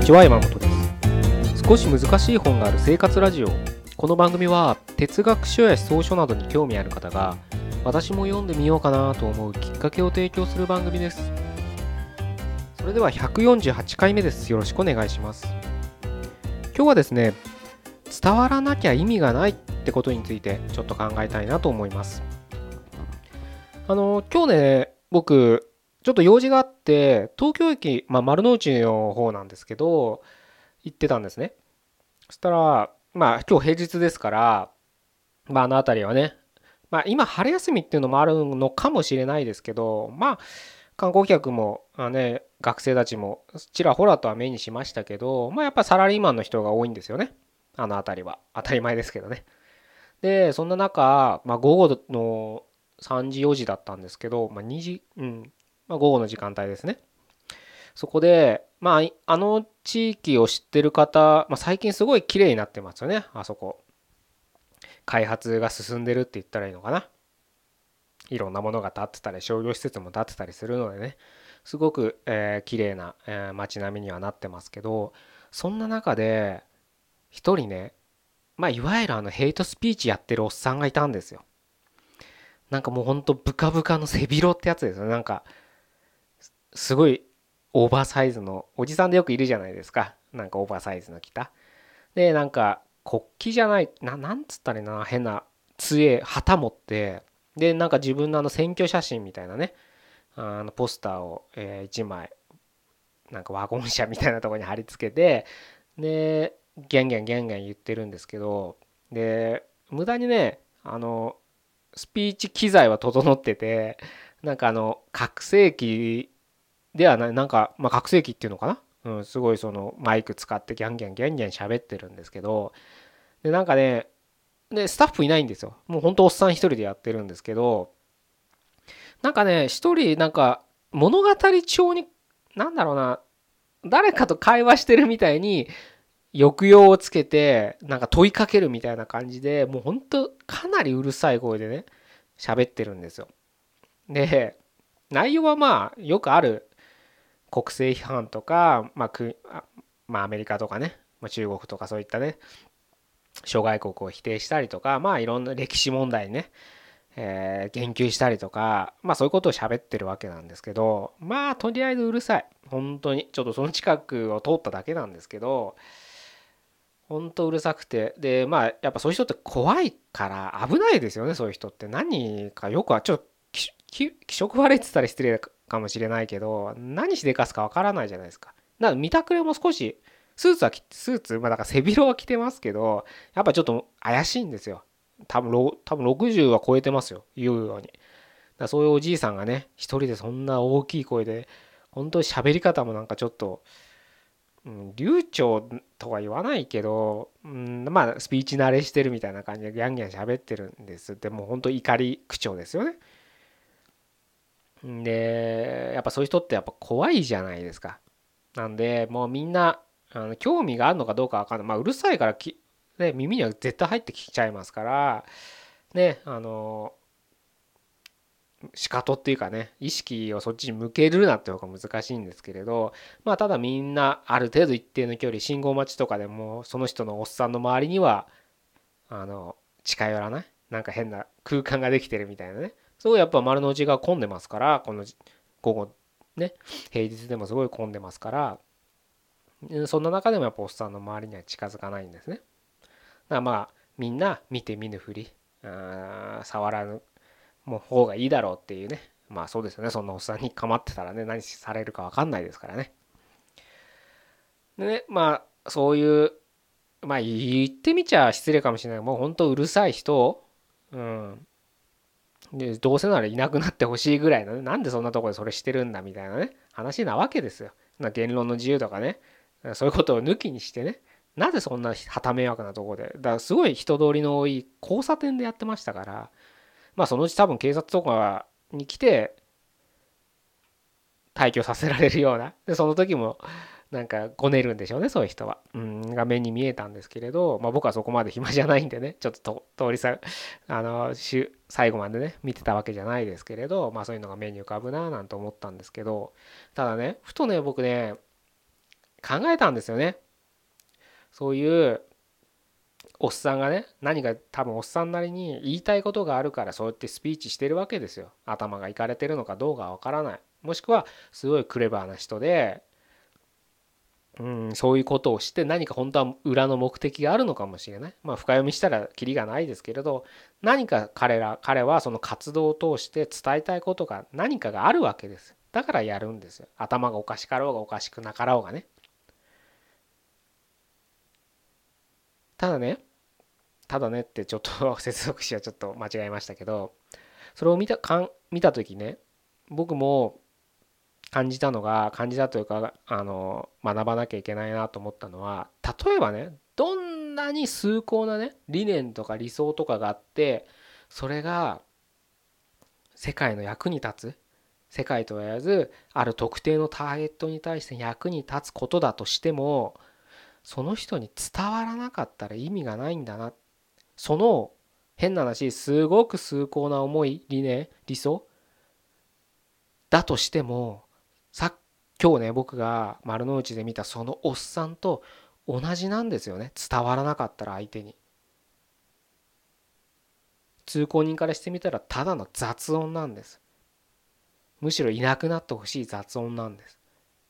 ちは、山本です。少し難しい本がある生活ラジオ。この番組は哲学書や思想書などに興味ある方が、私も読んでみようかなと思うきっかけを提供する番組です。それでは148回目です。よろしくお願いします。今日はですね、伝わらなきゃ意味がないってことについてちょっと考えたいなと思います。今日ね、僕ちょっと用事があって東京駅、丸の内の方なんですけど行ってたんですね。そしたら今日平日ですから、あの辺りはね、今春休みっていうのもあるのかもしれないですけど、観光客もね、学生たちもちらほらとは目にしましたけど、やっぱサラリーマンの人が多いんですよね、あの辺りは。当たり前ですけどね。でそんな中、午後の3時4時だったんですけど、2時、午後の時間帯ですね。そこであの地域を知ってる方、最近すごい綺麗になってますよね、あそこ。開発が進んでるって言ったらいいのかな。いろんなものが建ってたり商業施設も建ってたりするのでね、すごく、綺麗な、街並みにはなってますけど、そんな中で一人ね、いわゆるヘイトスピーチやってるおっさんがいたんですよ。なんかもうほんとブカブカの背広ってやつですよ。なんかすごいオーバーサイズのおじさんでよくいるじゃないですか。なんかオーバーサイズの着た。で、なんか国旗じゃない、なんつったらいいな、変な杖、旗持って、で、なんか自分の選挙写真みたいなね、ポスターを、1枚、なんかワゴン車みたいなところに貼り付けて、で、ギャンギャンギャンギャン言ってるんですけど、で、無駄にね、スピーチ機材は整ってて、なんか拡声器ではない、なんか、拡声器っていうのかな、すごいそのマイク使ってギャンギャンギャンギャン喋ってるんですけど、で、なんかね、で、スタッフいないんですよ。もうほんとおっさん一人でやってるんですけど、なんかね、一人、なんか、物語調に、なんだろうな、誰かと会話してるみたいに、抑揚をつけて、なんか問いかけるみたいな感じで、もうほんとかなりうるさい声でね、喋ってるんですよ。で、内容はよくある国政批判とか、アメリカとかね、中国とかそういったね、諸外国を否定したりとか、いろんな歴史問題にね、言及したりとか、そういうことを喋ってるわけなんですけど、とりあえずうるさい。本当に。ちょっとその近くを通っただけなんですけど、本当うるさくて。で、やっぱそういう人って怖いから危ないですよね、そういう人って。何かよくは、ちょっと気色悪いって言ったら失礼かもしれないけど、何しでかすかわからないじゃないですか。だから見たくれも少し、スーツ、だから背広は着てますけど、やっぱちょっと怪しいんですよ。多分60は超えてますよ、言うように。だからそういうおじいさんがね、一人でそんな大きい声で、本当に喋り方もなんかちょっと、流暢とは言わないけど、スピーチ慣れしてるみたいな感じでギャンギャン喋ってるんです。でも本当怒り口調ですよね。で、やっぱそういう人ってやっぱ怖いじゃないですか。なんで、もうみんな、興味があるのかどうかわかんない。うるさいからね、耳には絶対入ってきちゃいますから、ね、仕方っていうかね、意識をそっちに向けるなって方が難しいんですけれど、ただみんなある程度一定の距離、信号待ちとかでも、その人のおっさんの周りには、あの、近寄らない、なんか変な空間ができてるみたいなね。すごいやっぱ丸の内が混んでますから、この午後、ね、平日でもすごい混んでますから、そんな中でもやっぱおっさんの周りには近づかないんですね。だからみんな見て見ぬふり、触らぬもう方がいいだろうっていうね。そうですよね。そんなおっさんに構ってたらね、何されるか分かんないですからね。でね、そういう、言ってみちゃ失礼かもしれない。もう本当うるさい人、うん。で、どうせならいなくなってほしいぐらいのね、なんでそんなところでそれしてるんだみたいなね、話なわけですよ。言論の自由とかね、そういうことを抜きにしてね、なぜそんな旗迷惑なところで、だからすごい人通りの多い交差点でやってましたから、そのうち多分警察とかに来て退去させられるような、でその時もなんかごねるんでしょうね、そういう人は。が目に見えたんですけれど、僕はそこまで暇じゃないんでね、ちょっと通りさ、最後までね、見てたわけじゃないですけれど、そういうのが目に浮かぶななんて思ったんですけど、ただね、ふとね、僕ね、 考えたんですよね。そういうおっさんがね、何か多分おっさんなりに言いたいことがあるからそうやってスピーチしてるわけですよ。頭がいかれてるのかどうかわからない。もしくはすごいクレバーな人で、そういうことをして何か本当は裏の目的があるのかもしれない。まあ深読みしたらキリがないですけれど、何か彼はその活動を通して伝えたいことが何かがあるわけです。だからやるんですよ。頭がおかしかろうがおかしくなかろうがね。ただね、ただねってちょっと接続詞はちょっと間違えましたけど、それを見た時ね、僕も感じたというか、学ばなきゃいけないなと思ったのは、例えばね、どんなに崇高なね、理念とか理想とかがあって、それが世界の役に立つ、世界とは言わず、ある特定のターゲットに対して役に立つことだとしても、その人に伝わらなかったら意味がないんだな。その変な話、すごく崇高な思い、理念、理想だとしても、さ今日ね、僕が丸の内で見たそのおっさんと同じなんですよね。伝わらなかったら相手に。通行人からしてみたらただの雑音なんです。むしろいなくなってほしい雑音なんです。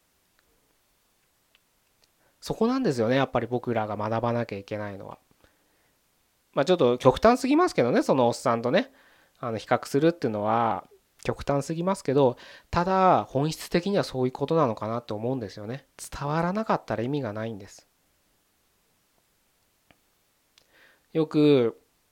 そこなんですよね、やっぱり僕らが学ばなきゃいけないのは。まあちょっと極端すぎますけどね、そのおっさんとね、比較するっていうのは極端すぎますけど、ただ本質的にはそういうことなのかなって思うんですよね。伝わらなかったら意味がないんです。よく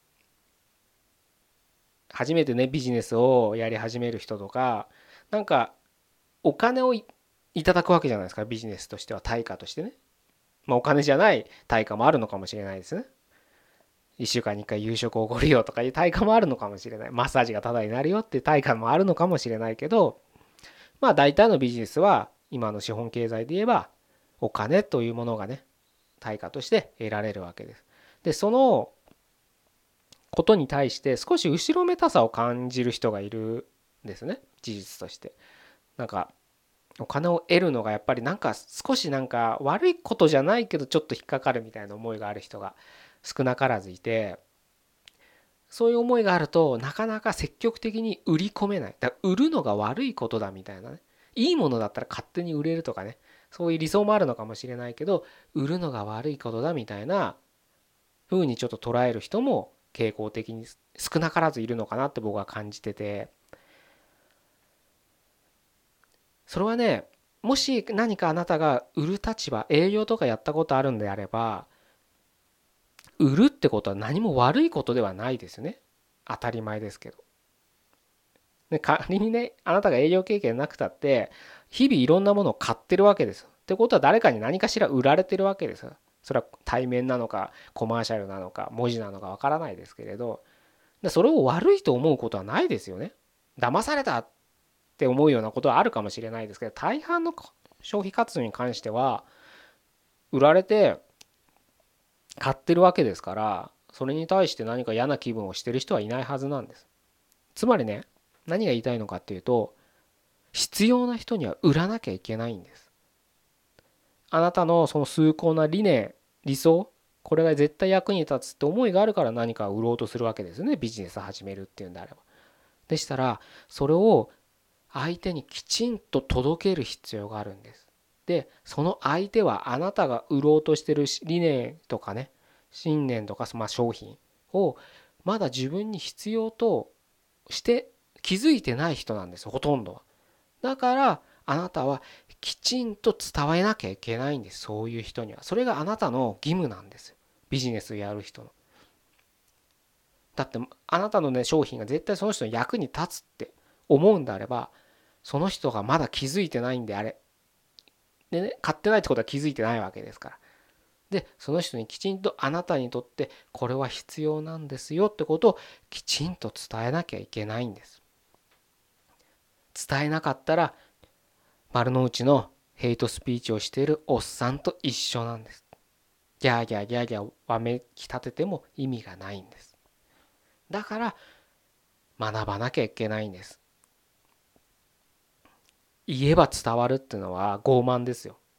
初めてねビジネスをやり始める人とか、なんかお金をいただくわけじゃないですか、ビジネスとしては対価としてね。まあお金じゃない対価もあるのかもしれないですね。1週間に1回夕食をおごるよとかいう対価もあるのかもしれない。マッサージがタダになるよっていう対価もあるのかもしれないけど、まあ大体のビジネスは今の資本経済で言えばお金というものがね、対価として得られるわけです。で、そのことに対して少し後ろめたさを感じる人がいるんですね、事実として。なんかお金を得るのがやっぱりなんか少しなんか悪いことじゃないけどちょっと引っかかるみたいな思いがある人が少なからずいて、そういう思いがあるとなかなか積極的に売り込めない。だから売るのが悪いことだみたいなね。いいものだったら勝手に売れるとかね、そういう理想もあるのかもしれないけど、売るのが悪いことだみたいな風にちょっと捉える人も傾向的に少なからずいるのかなって僕は感じてて、それはね、もし何かあなたが売る立場、営業とかやったことあるんであれば、売るってことは何も悪いことではないですよね。当たり前ですけど。で、仮にね、あなたが営業経験なくたって、日々いろんなものを買ってるわけです。ってことは誰かに何かしら売られてるわけです。それは対面なのか、コマーシャルなのか、文字なのかわからないですけれど、それを悪いと思うことはないですよね。騙されたって思うようなことはあるかもしれないですけど、大半の消費活動に関しては、売られて買ってるわけですから、それに対して何か嫌な気分をしてる人はいないはずなんです。つまりね、何が言いたいのかっていうと、必要な人には売らなきゃいけないんです。あなたのその崇高な理念、理想、これが絶対役に立つって思いがあるから何か売ろうとするわけですよね。ビジネス始めるっていうんであれば。でしたら、それを相手にきちんと届ける必要があるんです。で、その相手はあなたが売ろうとしてる理念とかね、信念とか、まあ、商品をまだ自分に必要として気づいてない人なんです、ほとんどは。だからあなたはきちんと伝えなきゃいけないんです、そういう人には。それがあなたの義務なんです、ビジネスをやる人の。だってあなたのね商品が絶対その人の役に立つって思うんであれば、その人がまだ気づいてないんであれでね、買ってないってことは気づいてないわけですから。でその人にきちんとあなたにとってこれは必要なんですよってことをきちんと伝えなきゃいけないんです。伝えなかったら丸の内のヘイトスピーチをしているおっさんと一緒なんです。ギャーギャーギャーギャーわめき立てても意味がないんです。だから学ばなきゃいけないんです。言えば伝わるっていうのは傲慢ですよ。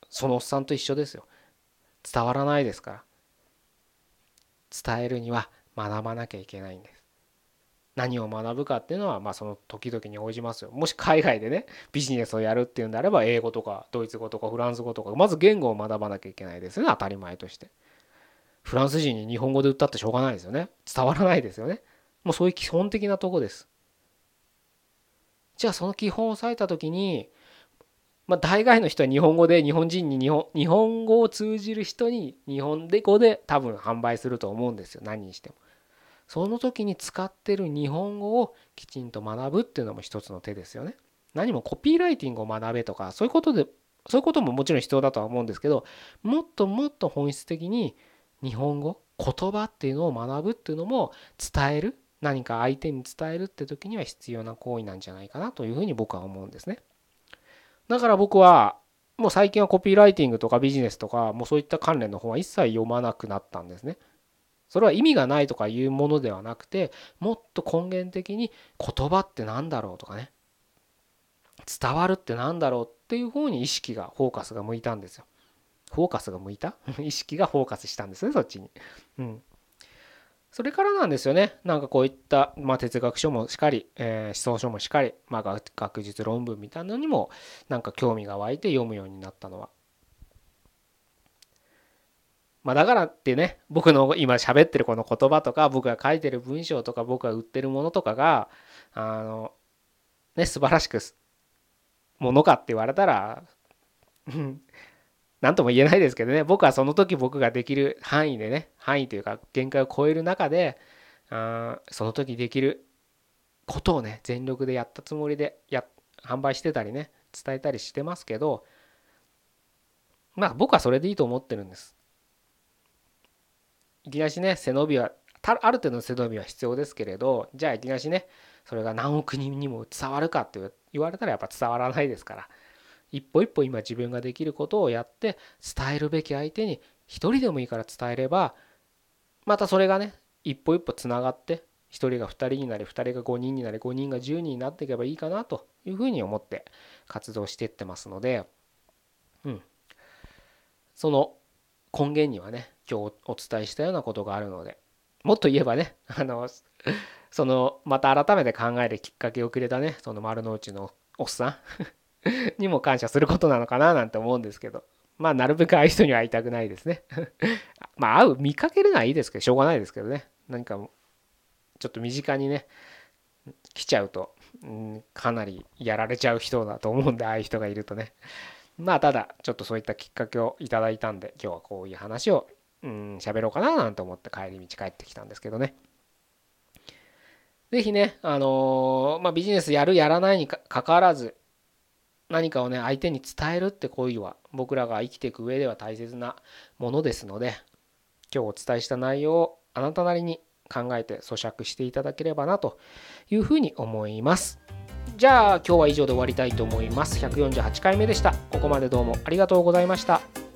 そのおっさんと一緒ですよ。伝わらないですから。伝えるには学ばなきゃいけないんです。何を学ぶかっていうのはその時々に応じますよ。もし海外でねビジネスをやるっていうんであれば、英語とかドイツ語とかフランス語とか、まず言語を学ばなきゃいけないですよね、当たり前として。フランス人に日本語で歌ってしょうがないですよね。伝わらないですよね。もうそういう基本的なとこです。じゃあその基本を押さえた時に、大概の人は日本語で、日本人に日本語を通じる人に日本語で多分販売すると思うんですよ、何にしても。その時に使ってる日本語をきちんと学ぶっていうのも一つの手ですよね。何もコピーライティングを学べとかそういうことももちろん必要だとは思うんですけど、もっともっと本質的に日本語、言葉っていうのを学ぶっていうのも、伝える、何か相手に伝えるって時には必要な行為なんじゃないかなというふうに僕は思うんですね。だから僕はもう最近はコピーライティングとかビジネスとかもうそういった関連の本は一切読まなくなったんですね。それは意味がないとかいうものではなくて、もっと根源的に言葉って何だろうとかね、伝わるって何だろうっていう方にフォーカスが向いたんですよ。フォーカスが向いた意識がフォーカスしたんですね、そっちに。うん。それからなんですよね。なんかこういった、哲学書もしっかり、思想書もしっかり、学術論文みたいなのにもなんか興味が湧いて読むようになったのは。だからってね、僕の今喋ってるこの言葉とか、僕が書いてる文章とか、僕が売ってるものとかが、素晴らしくものかって言われたら、なんとも言えないですけどね、僕はその時僕ができる範囲でね、範囲というか限界を超える中で、その時できることをね、全力でやったつもりで販売してたりね、伝えたりしてますけど、僕はそれでいいと思ってるんです。いきなしね、背伸びは、ある程度の背伸びは必要ですけれど、じゃあいきなしね、それが何億人にも伝わるかって言われたらやっぱ伝わらないですから、一歩一歩今自分ができることをやって伝えるべき相手に一人でもいいから伝えれば、またそれがね、一歩一歩つながって、一人が二人になり、二人が5人になり、5人が10人になっていけばいいかなというふうに思って活動していってますので、その根源にはね、今日お伝えしたようなことがあるので、もっと言えばね、また改めて考えるきっかけをくれたね、その丸の内のおっさんにも感謝することなのかななんて思うんですけど、なるべくああいう人には会いたくないですね。見かけるのはいいですけど、しょうがないですけどね。何かちょっと身近にね、来ちゃうと、かなりやられちゃう人だと思うんで、ああいう人がいるとね。ただ、ちょっとそういったきっかけをいただいたんで、今日はこういう話を、喋ろうかななんて思って帰り道帰ってきたんですけどね。ぜひね、ビジネスやるやらないにかかわらず、何かをね、相手に伝えるって行為は、僕らが生きていく上では大切なものですので、今日お伝えした内容をあなたなりに考えて咀嚼していただければなというふうに思います。じゃあ今日は以上で終わりたいと思います。148回目でした。ここまでどうもありがとうございました。